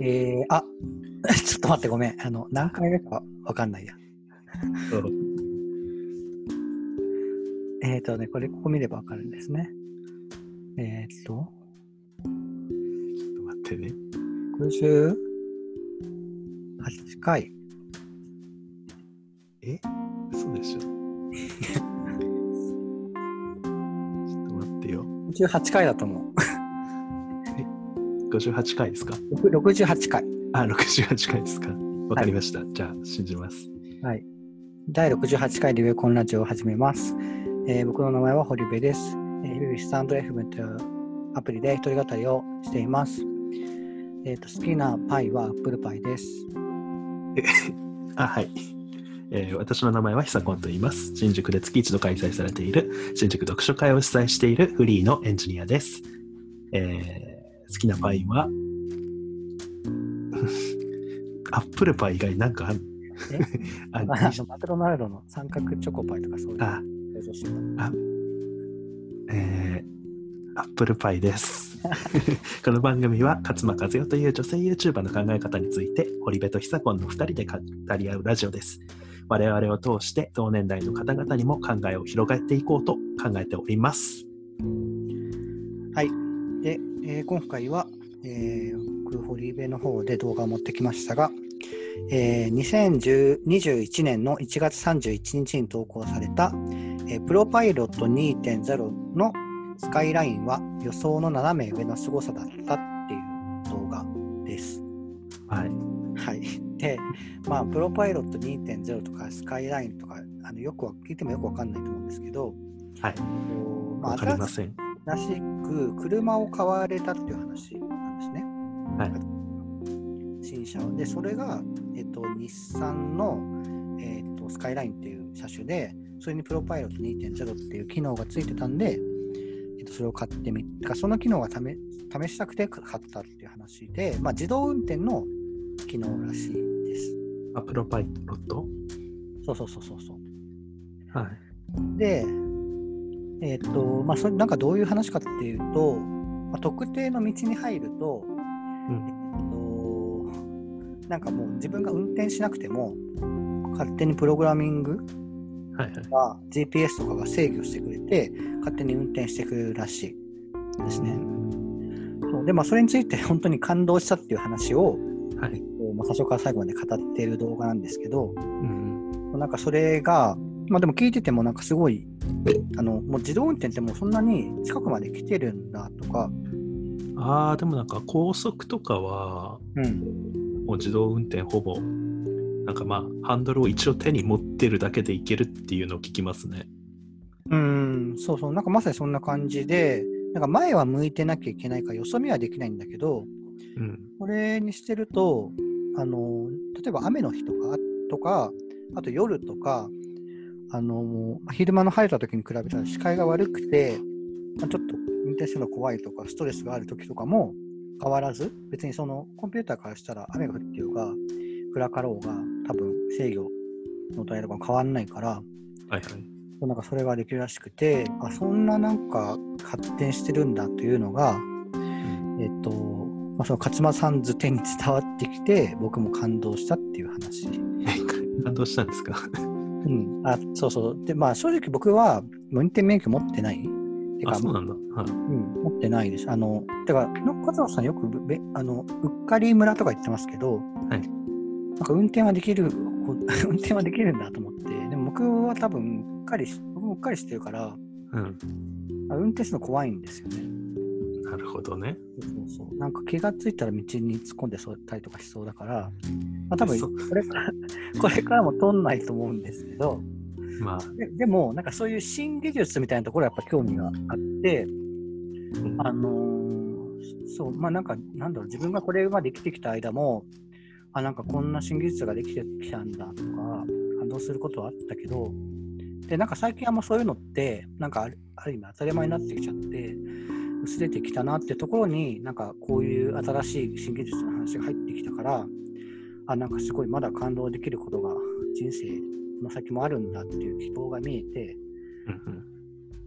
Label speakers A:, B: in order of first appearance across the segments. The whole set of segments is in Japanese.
A: あ、ちょっと待って、ごめん。何回目かわかんないや。ここ見ればわかるんですね。
B: ちょっと待ってね。
A: 68回。
B: 嘘でしょ。ちょっと待ってよ。
A: 58回だと思う。
B: 58回ですか
A: ？68回。
B: 68回ですか。わかりました。はい、じゃあ、信じます。
A: はい。第68回リベコンラジオを始めます。僕の名前は堀部です。日々スタンド FM というアプリで一人語りをしています。好きなパイはアップルパイです。
B: はい。私の名前はひさこんと言います。新宿で月一度開催されている新宿読書会を主催しているフリーのエンジニアです。好きなパイはアップルパイ以外なんかある？
A: マクドナルドの三角チョコパイとかそういう
B: アップルパイです。この番組は勝間和代という女性 YouTuber の考え方について堀部とひさこんの2人で語り合うラジオです。我々を通して同年代の方々にも考えを広げていこうと考えております。
A: はい。で、今回は、堀部の方で動画を持ってきましたが、2021年の1月31日に投稿された、プロパイロット 2.0 のスカイラインは予想の斜め上の凄さだったっていう動画です。
B: はい。
A: はい。で、プロパイロット 2.0 とかスカイラインとかよく聞いてもよくわかんないと思うんですけど、
B: はい。わかりません。
A: らしく車を買われたっていう話なんですね。
B: はい。
A: 新車で、それが、日産の、スカイラインっていう車種で、それにプロパイロット 2.0 っていう機能がついてたんで、それを買ってみた。その機能が試したくて買ったっていう話で、自動運転の機能らしいです。
B: プロパイロット？
A: そう。
B: はい。
A: で、それなんかどういう話かっていうと、特定の道に入ると、なんかもう自分が運転しなくても勝手にプログラミングが GPS とかが制御してくれて勝手に運転してくれるらしいですね。そうで、それについて本当に感動したっていう話を、最初から最後まで語っている動画なんですけど、なんかそれがでも聞いててもなんかすごいもう自動運転ってもうそんなに近くまで来てるんだとか。
B: でもなんか高速とかは、もう自動運転ほぼなんかハンドルを一応手に持ってるだけでいけるっていうのを聞きますね。
A: そうなんかまさにそんな感じで、なんか前は向いてなきゃいけないからよそ見はできないんだけど、これにしてると例えば雨の日とかあと夜とか昼間の晴れた時に比べたら視界が悪くて、ちょっと運転するの怖いとかストレスがある時とかも変わらず、別にそのコンピューターからしたら雨が降ってようが暗かろうが多分制御のタイヤとか変わんないから、なんかそれができるらしくて、そんななんか発展してるんだというのが、その勝間さん図手に伝わってきて僕も感動したっていう話。
B: 感動したんですか？
A: そう。で、正直僕は運転免許持ってない。
B: そうなんだ。
A: 持ってないです。てか、勝間さんよくうっかり村とか言ってますけど、なんか運転はできるんだと思って、でも僕は多分僕もうっかりしてるから、運転するの怖いんですよね。
B: なるほどね。
A: そうなんか気がついたら道に突っ込んでそうたりとかしそうだから、多分これからも通んないと思うんですけど、でもなんかそういう新技術みたいなところはやっぱ興味があって、なんかなんだろう、自分がこれまで生きてきた間もなんかこんな新技術ができてきたんだとか感動することはあったけど、でなんか最近そういうのってなんかある意味当たり前になってきちゃって薄れてきたなってところに、なんかこういう新しい新技術の話が入ってきたから、なんかすごいまだ感動できることが人生の先もあるんだっていう希望が見えて、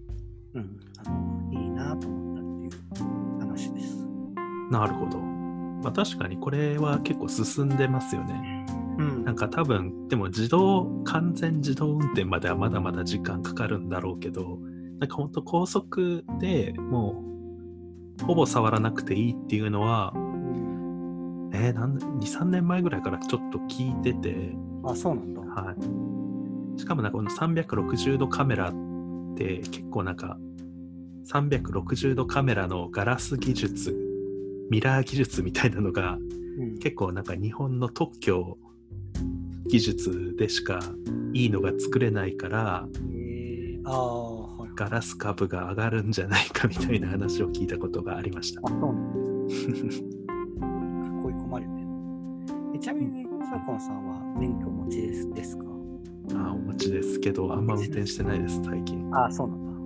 A: いいなと思ったっていう話です。
B: なるほど。 まあ、確かにこれは結構進んでますよね。なんか多分でも完全自動運転まではまだまだ時間かかるんだろうけど、なんか本当高速でもうほぼ触らなくていいっていうのは、2、3年前ぐらいからちょっと聞いてて。
A: あ、そうなんだ。
B: はい。しかもなんかこの360度カメラって結構なんか360度カメラのガラス技術、ミラー技術みたいなのが、結構なんか日本の特許技術でしかいいのが作れないから、ガラス株が上がるんじゃないかみたいな話を聞いたことがありました。
A: あ、そうなんです。囲い込まれてる。ちなみにサーコンさんは免許お持ちですか？
B: お持ちですけど、あんま運転してないです最近。
A: そうなんだ。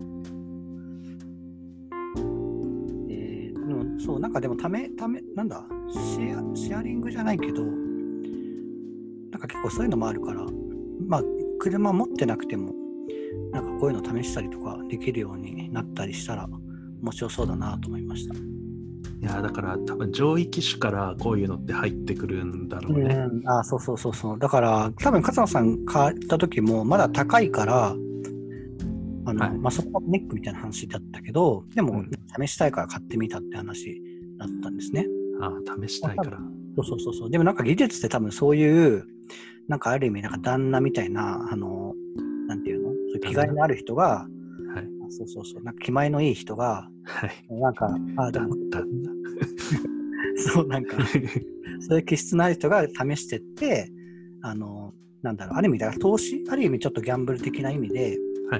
A: でもそう、なんかでもなんだシェアリングじゃないけど、なんか結構そういうのもあるから、まあ車持ってなくてもなんかこういうの試したりとかできるようになったりしたら面白そうだなと思いました。
B: いやだから多分上位機種からこういうのって入ってくるんだろうね。
A: そう。だから多分勝野さん買った時もまだ高いから、そこがネックみたいな話だったけど、でも試したいから買ってみたって話だったんですね。
B: 試したいから。
A: そう。でもなんか技術って多分そういうなんかある意味なんか旦那みたいななんていうの、そういう気概のある人が、なんか気前のいい人が、なんかでもそうなんかそういう気質のある人が試してってなんだろう、ある意味だから投資、ある意味ちょっとギャンブル的な意味であって、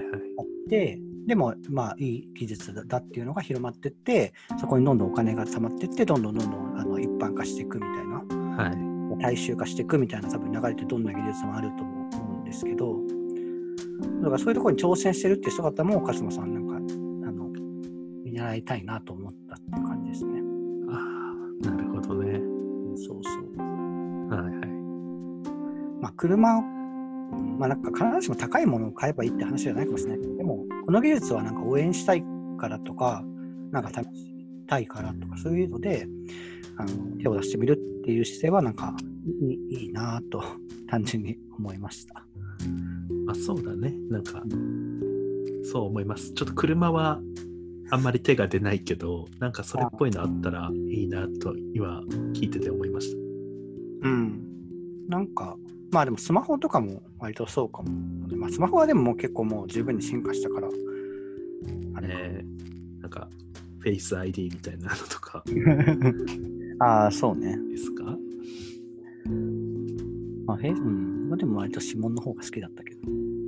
A: でもまあいい技術だっていうのが広まってって、そこにどんどんお金が溜まってってどんどん一般化していくみたいな、大衆化していくみたいな多分流れってどんな技術もあると思うんですけど、だからそういうところに挑戦してるっていう姿も勝間さんなんか見習いたいなと思ったっていう感じですね。
B: なるほどね。
A: そう。
B: まあ
A: 車、なんか必ずしも高いものを買えばいいって話じゃないかもしれないけど、でもこの技術はなんか応援したいからとか、なんか試したいからとか、そういうので手を出してみるっていう姿勢はなんかいいなと単純に思いました。
B: そうだね。なんかそう思います。ちょっと車はあんまり手が出ないけど、なんかそれっぽいのあったらいいなと今聞いてて思いました。
A: なんかでもスマホとかも割とそうかも。スマホはでももう結構もう十分に進化したから。
B: なんかフェイス ID みたいなのとか。
A: そうね。
B: ですか？
A: でも割と指紋の方が好きだったけど。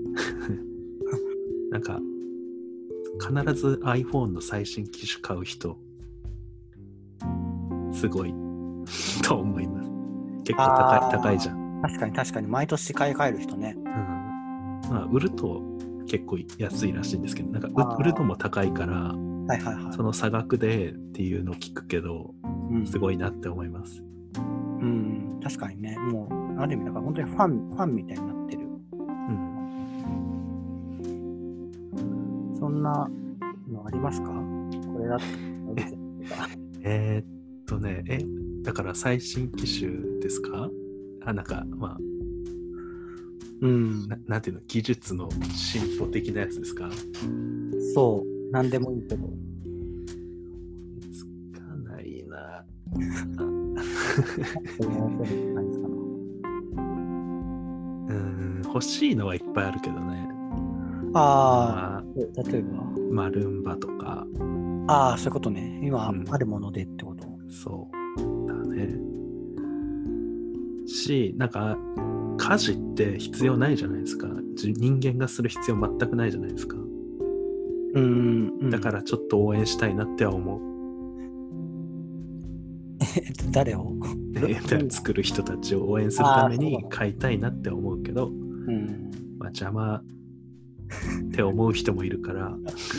B: なんか必ず iPhone の最新機種買う人すごいと思います。結構高いじゃん。
A: 確かに毎年買い替える人ね。
B: 売ると結構安いらしいんですけど、なんか売るのも高いから、その差額でっていうのを聞くけど、すごいなって思います。
A: 確かにね、もうある意味だから本当にファンみたいになってる。そんなのありますか？これだ
B: とだから最新機種ですか？なんかなんていうの、技術の進歩的なやつですか？そう、
A: なんでもいいけど。
B: つかないな。欲しいのはいっぱいあるけどね。
A: 例えば
B: ルンバとか。
A: そういうことね。今あるものでってこと。
B: そうだね。なんか家事って必要ないじゃないですか。人間がする必要全くないじゃないですか。だからちょっと応援したいなっては思う。
A: 誰を
B: 作る人たちを応援するために買いたいなって思うけど、邪魔って思う人もいるから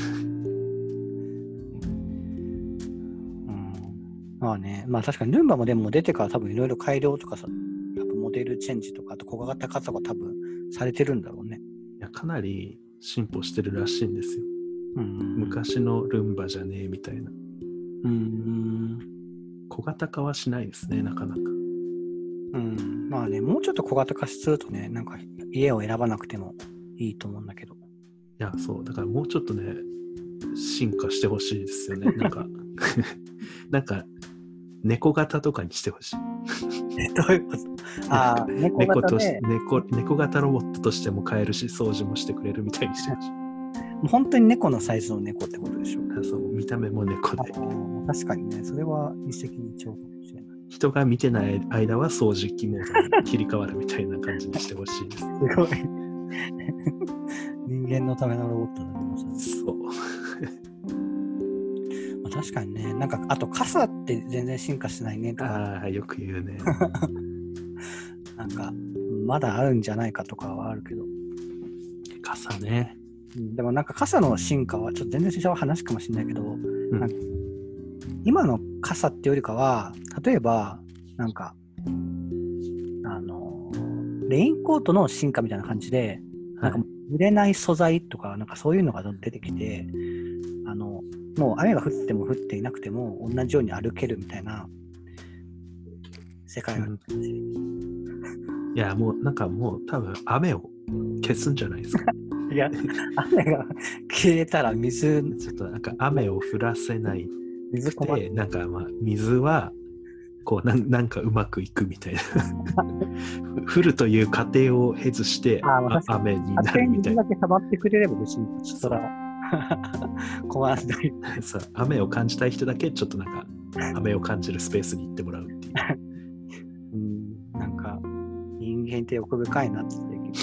A: 確かにルンバもでも出てから多分いろいろ改良とかさ、モデルチェンジとか、あと小型化とか多分されてるんだろうね。
B: いや、かなり進歩してるらしいんですよ。昔のルンバじゃねえみたいな。 小型化はしないですね、なかなか。
A: まあね、もうちょっと小型化するとね、なんか家を選ばなくてもいいと思うんだけど。い
B: や、そう、だからもうちょっとね、進化してほしいですよね。なんか、なんか、猫型とかにしてほしい。
A: どういうこと？ああ、猫型で
B: 猫型ロボットとしても買えるし、掃除もしてくれるみたいにしてほしい。
A: もう本当に猫のサイズの猫ってことでしょ。
B: そう、見た目も猫で。
A: 確かにね、それは一石二鳥かもしれない。
B: 人が見てない間は掃除機モードに切り替わるみたいな感じにしてほしいです。す
A: ごい。人間のためのロボットだね。
B: そう。
A: まあ、確かにね、なんか、あと傘って全然進化してないねとか。
B: ああ、よく言うね。
A: なんか、まだあるんじゃないかとかはあるけど。
B: 傘ね。
A: でもなんか傘の進化はちょっと全然違う話かもしれないけど、なんか今の傘ってよりかは、例えばなんかレインコートの進化みたいな感じで、なんか濡れない素材とかなんかそういうのが出てきて、もう雨が降っても降っていなくても同じように歩けるみたいな世界がある。
B: いや、もうなんかもう多分雨を消すんじゃないですか。
A: いや、雨が消えたら水、
B: ちょっとなんか雨を降らせないくて、なんかまあ水はこうなんかうまくいくみたいな。降るという過程を経ずして雨になるみたいな。
A: 水だけ溜まってくれれば別にそら困らない。
B: そう、雨を感じたい人だけちょっとなんか雨を感じるスペースに行ってもらうっていう。
A: なんか人間って欲深いなって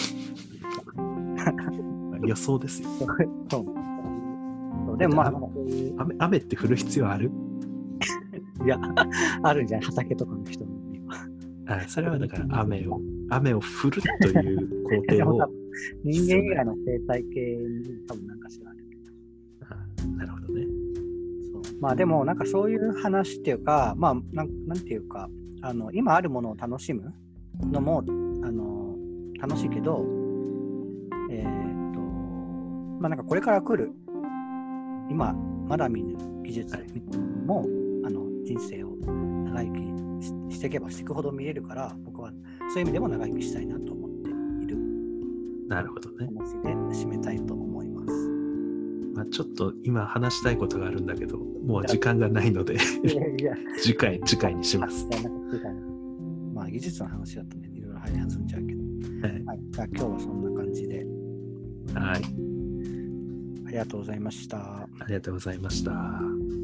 B: 予想ですよ。
A: そうでもまあ
B: 雨って降る必要ある？
A: いや、あるんじゃない？畑とかの人に
B: は。それはだから雨を降るという工程を
A: 人間以外の生態系に多分なんかしらある。
B: なるほどね。
A: そうまあでもなんかそういう話っていうか、まあなんていうか、今あるものを楽しむのも楽しいけど、まあなんかこれから来る今まだ見ぬ技術も人生を長生きしていけばしていくほど見れるから、僕はそういう意味でも長生きしたいなと思っている。
B: なるほどね。
A: 話で締めたいと思います。
B: まあ、ちょっと今話したいことがあるんだけど、もう時間がないので次回にします。
A: まあ技術の話だとね、いろいろ弾んじゃうけど。はい。じゃあ今日はそんな感じで。
B: はい。
A: ありがとうございました。
B: ありがとうございました。